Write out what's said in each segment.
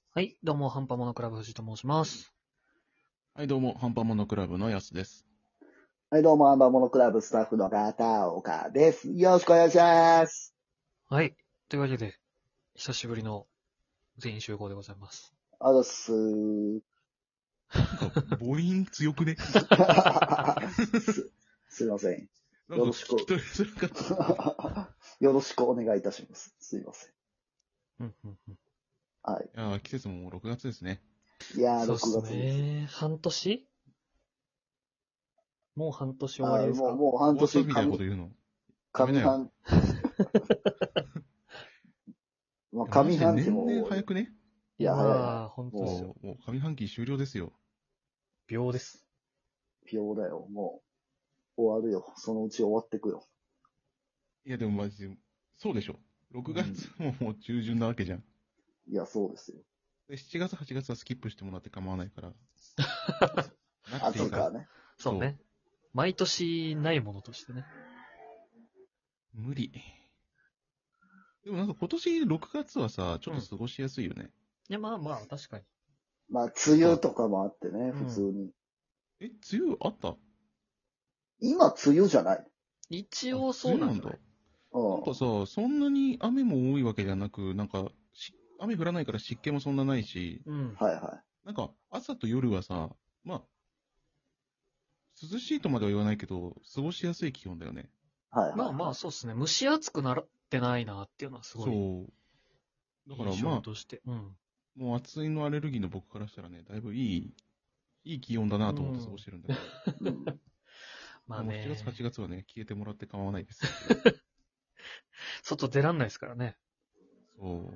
はい、どうも、ハンパモノクラブ藤と申します。 はい、どうも、ハンパモノクラブのやすです。 はい、どうも、アンバーモノクラブスタッフの片岡です。よろしくお願いします。 はい、というわけで、久しぶりの全員集合でございます。 あざっすー。 なんか、母音強くね。 すいません。 なんか聞き取りづらかった。 よろしくお願いいたします。すいません。はい。 いやー、季節ももう6月ですね。 いやー、 そうっす 6月です。 ね。半年もう半年終わりですか？ もう半年終わったみたいなこと言うの。やめなよ。 上半、まあ、 いやマジで上半期も。 年々早くね。 いや、早い。 まあ、本当ですよ。 もう上半期終了ですよ。 秒です。 秒だよ。もう、終わるよ。そのうち終わってくよ。 いや、でもマジで、そうでしょ。6月ももう中旬なわけじゃん。 いや、そうですよ。 で、7月、8月はスキップしてもらって構わないから。なあくていいから。 とかね。 そうね。毎年ないものとしてね。 無理。でもなんか今年6月はさ、ちょっと過ごしやすいよね。 いや、まあまあ、確かに。 まあ、梅雨とかもあってね、 うん普通に。 梅雨あった？ 今、梅雨じゃない。 一応そうなんだ。 梅雨なんだ。 うん。 なんかさ、そんなに雨も多いわけじゃなく、なんか、雨降らないから湿気もそんなないし、 はいはなんか朝と夜はさ、まあ、涼しいとまでは言わないけど、過ごしやすい気温だよね。 い。はいはい。 まあまあ、そうっすね。蒸し暑くなってないなっていうのはすごいそう。だから印まあ、 象として。 もう暑いのアレルギーの僕からしたらね、だいぶいい気温だなと思って過ごしてるんだけど、 まあもう7 ね月、8月はね、消えてもらって構わないです。 外出らんないですからね。 そう。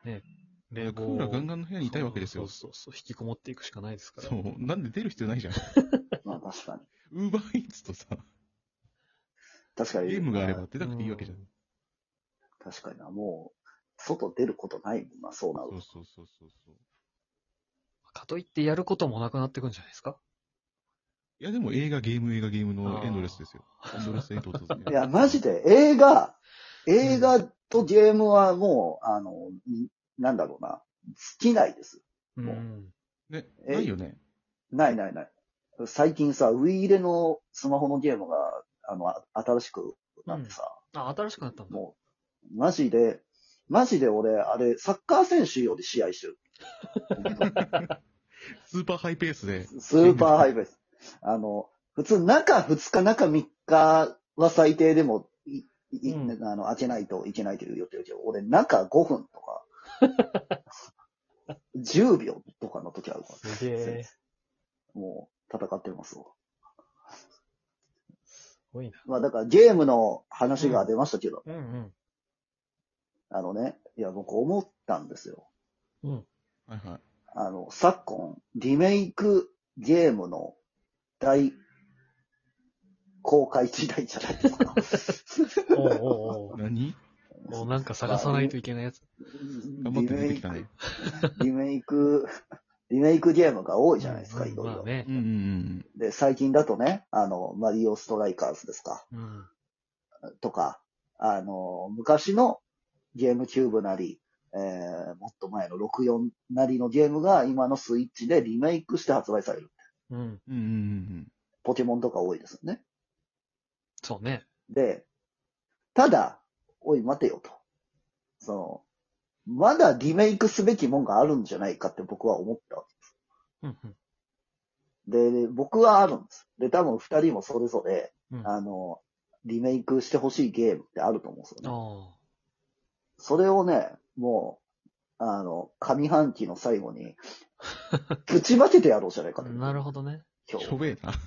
ね、 クーラーガンガンの部屋にいたいわけですよ。 そう、引きこもっていくしかないですから。 そう。なんで出る必要ないじゃん。 まあ確かに。 ウーバーイーツとさ、 確かに。 ゲームがあれば出なくていいわけじゃん。 確かにな。もう、外出ることないもんな、そうなると。 そう。 かといってやることもなくなってくんじゃないですか？ いやでも映画ゲームのエンドレスですよ。エンドレスエイト続けいや、マジで映画とゲームはもう、なんだろうな。尽きないです。もうね、ないよね。 ない。最近さ、ウイイレのスマホのゲームが、新しくなってさ。 新しくなったんだ。 もう、マジで俺、あれ、サッカー選手より試合してる。 スーパーハイペースで。 スーパーハイペース。普通、中2日、中3日は最低でも、開けないといけないという予定だけど、俺、中5分とか、10秒とかの時あるから。 すげえ。 もう、戦ってますわ。 すごいな。 まあ、だからゲームの話が出ましたけど、いや、僕思ったんですよ。 はいはい。 昨今、リメイクゲームの大公開時代じゃないですか。 何？ もうなんか探さないといけないやつ。 頑張って出てきたね。 リメイクゲームが多いじゃないですか、いろいろ。 まあね。 で、最近だとね、マリオストライカーズですか。とか、昔のゲームキューブなり、もっと前の64なりのゲームが今のスイッチでリメイクして発売される。ポケモンとか多いですよね。 そうね。 で、ただ、おい待てよと。まだリメイクすべきもんがあるんじゃないかって僕は思ったわけです。で、僕はあるんです。で、多分二人もそれぞれ、リメイクしてほしいゲームってあると思うんですよね。それをね、もう、上半期の最後に、ぶちまけてやろうじゃないかと。 なるほどね。 今日。 しょべえな。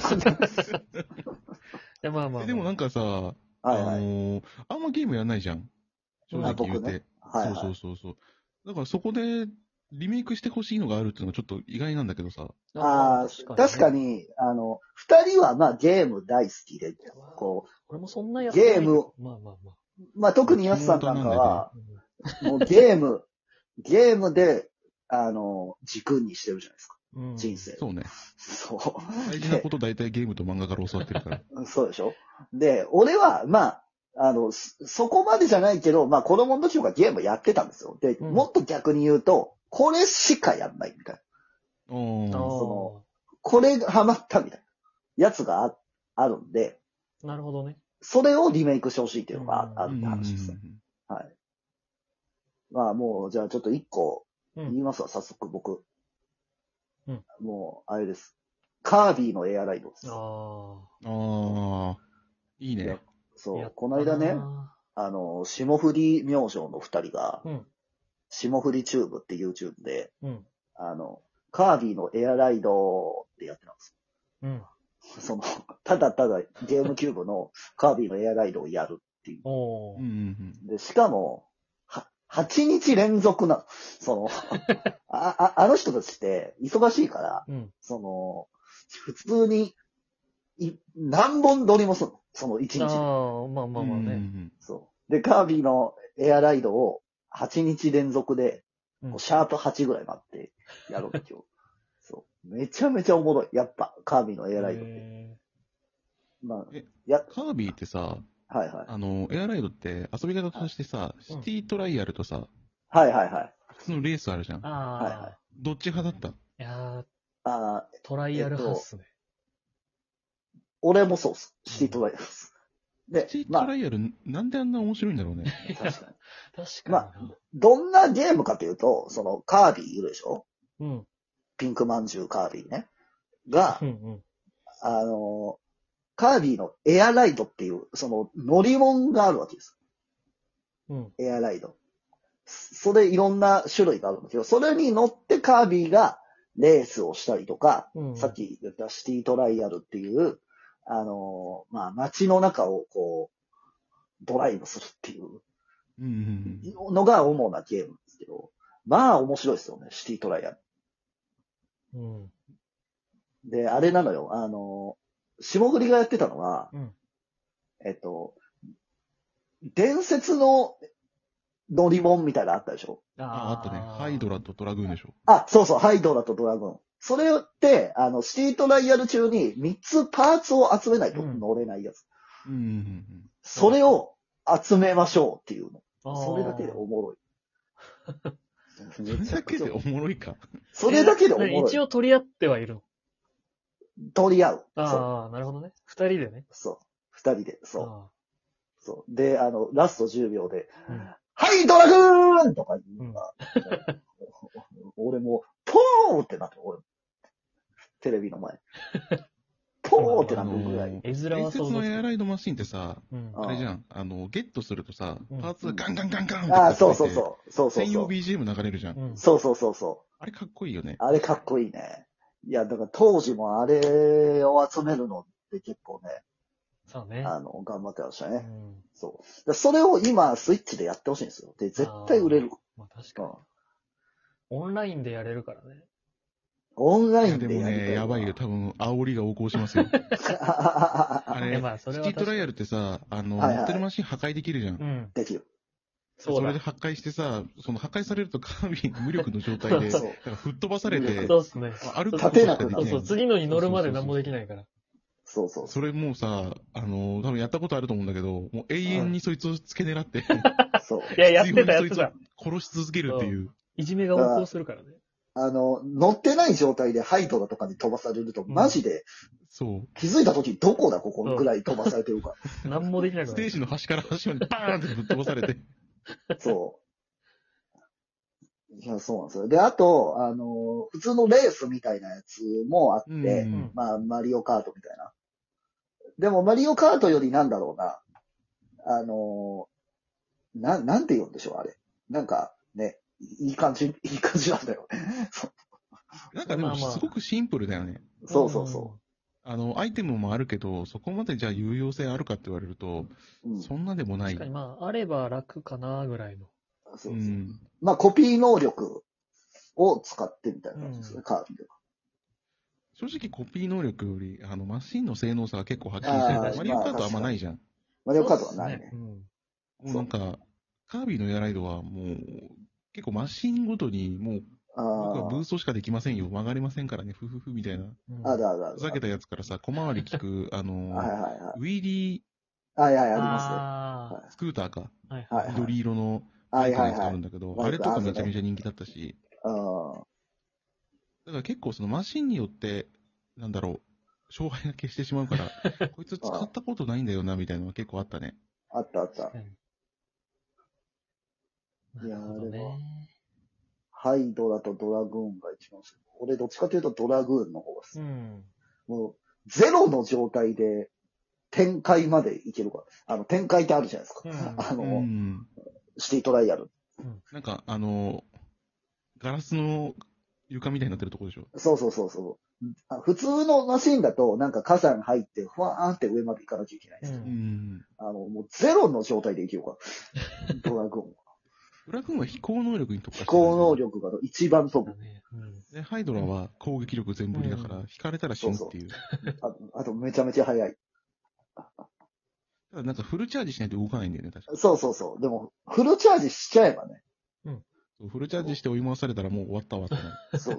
でもなんかさ、あんまゲームやんないじゃん。正直言うて。そう。だからそこでリメイクしてほしいのがあるっていうのがちょっと意外なんだけどさ。 確かに、二人はまあゲーム大好きで、こう、 俺もそんなやゲーム、まあ特にヤスさんなんかは、もうゲームで、軸にしてるじゃないですか。人生。 そうね。 そう。 大事なこと大体ゲームと漫画から教わってるから。 そうでしょ。で、俺は、まあ、そこまでじゃないけど、まあ子供の時とかゲームやってたんですよ。で、もっと逆に言うと、 これしかやんないみたいな。 おこれがハマったみたいなやつがあるんで、 なるほどね。 それをリメイクしてほしいっていうのがあるって話ですね。はい。まあもう、じゃあちょっと一個言いますわ、早速僕。もう、あれです。カービィのエアライドです。 いいね。 そう、この間ね、霜降り明星の二人が、霜降りチューブって YouTube で、カービィのエアライドってやってたんですよ。ただただゲームキューブのカービィのエアライドをやるっていう。で、しかも、8日連続な、あの人たちって忙しいから、普通に、何本撮りもするの。その1日で。 まあね。 そう。で、カービィのエアライドを8日連続で、シャープ8ぐらい待ってやろうっていう。そう。めちゃめちゃおもろい。やっぱ、カービィのエアライドって。 まあ、カービィってさ、 はいはい。 エアライドって遊び方としてさ、シティトライアルとさ、 はいはいはい。 普通のレースあるじゃん。 はいはい。 どっち派だった？ いやー、トライアル派っすね。 俺もそうっす。シティトライアルです。 で、シティトライアル、なんであんな面白いんだろうね。 確かに。 確かに。 まあ、どんなゲームかというと、カービィいるでしょ？ピンクまんじゅうカービィね。が、カービィのエアライドっていう、乗り物があるわけです。エアライド。それいろんな種類があるんだけど、それに乗ってカービィがレースをしたりとか、さっき言ったシティトライアルっていう、まあ、街の中をドライブするっていうのが主なゲームなんですけど、まあ面白いですよね、シティトライアル。で、あれなのよ、霜降りがやってたのは、伝説の乗り物みたいなのあったでしょ？ あったね。ハイドラとドラグーンでしょ？ そうそう、ハイドラとドラグーン。それって、シティトライアル中に3つパーツを集めないと乗れないやつ。それを集めましょうっていうの。それだけでおもろい。 それだけでおもろいか。 それだけでおもろい。 一応取り合ってはいるの？ 取り合う。 なるほどね。2人でね。 そう。2人で、そう。で、ラスト10秒で、はい、ドラグーンとか言うのが、俺も、ポーってなって、俺、テレビの前。ポーってなってるぐらい。 絵面はそう。伝説のエアライドマシンってさ、あれじゃん、ゲットするとさ、パーツがガンガンガンガンってそうそうそう。 専用 BGM 流れるじゃん。 そう。 あれかっこいいよね。 あれかっこいいね。いや、だから当時もあれを集めるのって結構ね、 そうね。 頑張ってましたね。そう。それを今、スイッチでやってほしいんですよ。で、絶対売れる。 まあ確かに。オンラインでやれるからね。 オンラインでやりたい。 でもね、やばいよ。多分、煽りが横行しますよ。あれ、シティトライアルってさ、乗ってるマシン破壊できるじゃん。 できる。 それで破壊してさ、破壊されるとカービィ無力の状態で、吹っ飛ばされて、 そうっすね。 歩くことしかできない。 そう、次のに乗るまで何もできないから。 そう。 それもうさ、多分やったことあると思うんだけど、もう永遠にそいつを付け狙って、 そう。 いや、やってた。 殺し続けるっていう。 いじめが横行するからね。 乗ってない状態でハイドラとかに飛ばされると、マジで、気づいた時どこだここぐらい飛ばされてるか。 何もできなくなる。 ステージの端から端までバーンってぶっ飛ばされて。 そう。いや、そうなんですよ。で、あと、普通のレースみたいなやつもあって、まあ、マリオカートみたいな。でも、マリオカートよりなんだろうな。なんて言うんでしょう、あれ。なんか、ね、いい感じなんだよね。 なんかでも、すごくシンプルだよね。 そう。 アイテムもあるけど、そこまでじゃあ有用性あるかって言われると、そんなでもない。 確かにまあ、あれば楽かなぐらいの。 そう。まあ、コピー能力を使ってみたいな感じですね、カービィは。 正直コピー能力より、マシンの性能差が結構はっきりしてる。マリオカートはあんまないじゃん。 マリオカートはないね。 もうなんか、カービィのエアライドはもう、結構マシンごとにもう、僕はブーストしかできませんよ。曲がりませんからね。ふみたいな。ふざけたやつからさ、小回り効く、ウィーリー。 ありますね。スクーターか。 緑色のバイクのやつがあるんだけど、あれとかめちゃめちゃ人気だったし。 だから結構そのマシンによって、なんだろう、勝敗が消してしまうから、こいつ使ったことないんだよな、みたいなのが結構あったね。 あったあった。 いやー、でも、 ハイドラとドラグーンが一番好き。俺どっちかというとドラグーンの方が好き。もう、ゼロの状態で、展開までいけるから。展開ってあるじゃないですか。シティトライアル。 なんか、ガラスの床みたいになってるところでしょ。 そう。普通のマシンだと、なんか火山入って、ふわーんって上まで行かなきゃいけないんですけど、もうゼロの状態でいけるから。ドラグーンは。 ドラグーンは飛行能力に特化してる。 飛行能力が一番飛ぶ。 で、ハイドラは攻撃力全振りだから、引かれたら死ぬっていう。 あとめちゃめちゃ速い。 ただなんかフルチャージしないと動かないんだよね、確かに。 そう。でも、フルチャージしちゃえばね。 フルチャージして追い回されたらもう終わったわってな。 そう。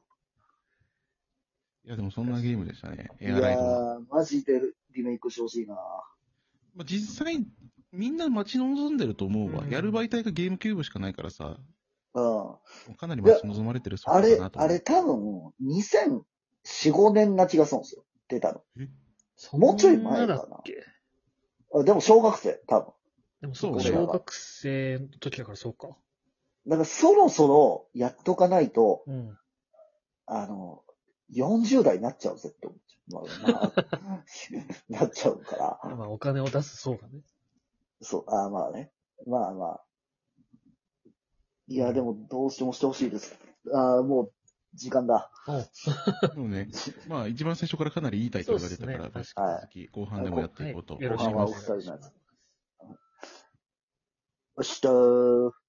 いや、でもそんなゲームでしたね。 いやー、マジでリメイクしてほしいな。 まあ、実際、みんな待ち望んでると思うわ。やる媒体がゲームキューブしかないからさ。かなり待ち望まれてるそうだなと。 あれ多分、2004、5年な気がするんですよ。出たの。もうちょい前かな。でも小学生、多分。 でもそうか、小学生の時だからそうか。 だからそろそろやっとかないと、40代になっちゃうぜって思っちゃう。なっちゃうから。 まあお金を出す層がね。 そう、まあね。まあ。いや、でもどうしてもしてほしいです。もう、時間だ。 そうね。まあ、一番最初からかなりいいタイトルが出たから、続き、後半でもやっていこうと。 後半はお二人のやつ。よしとー。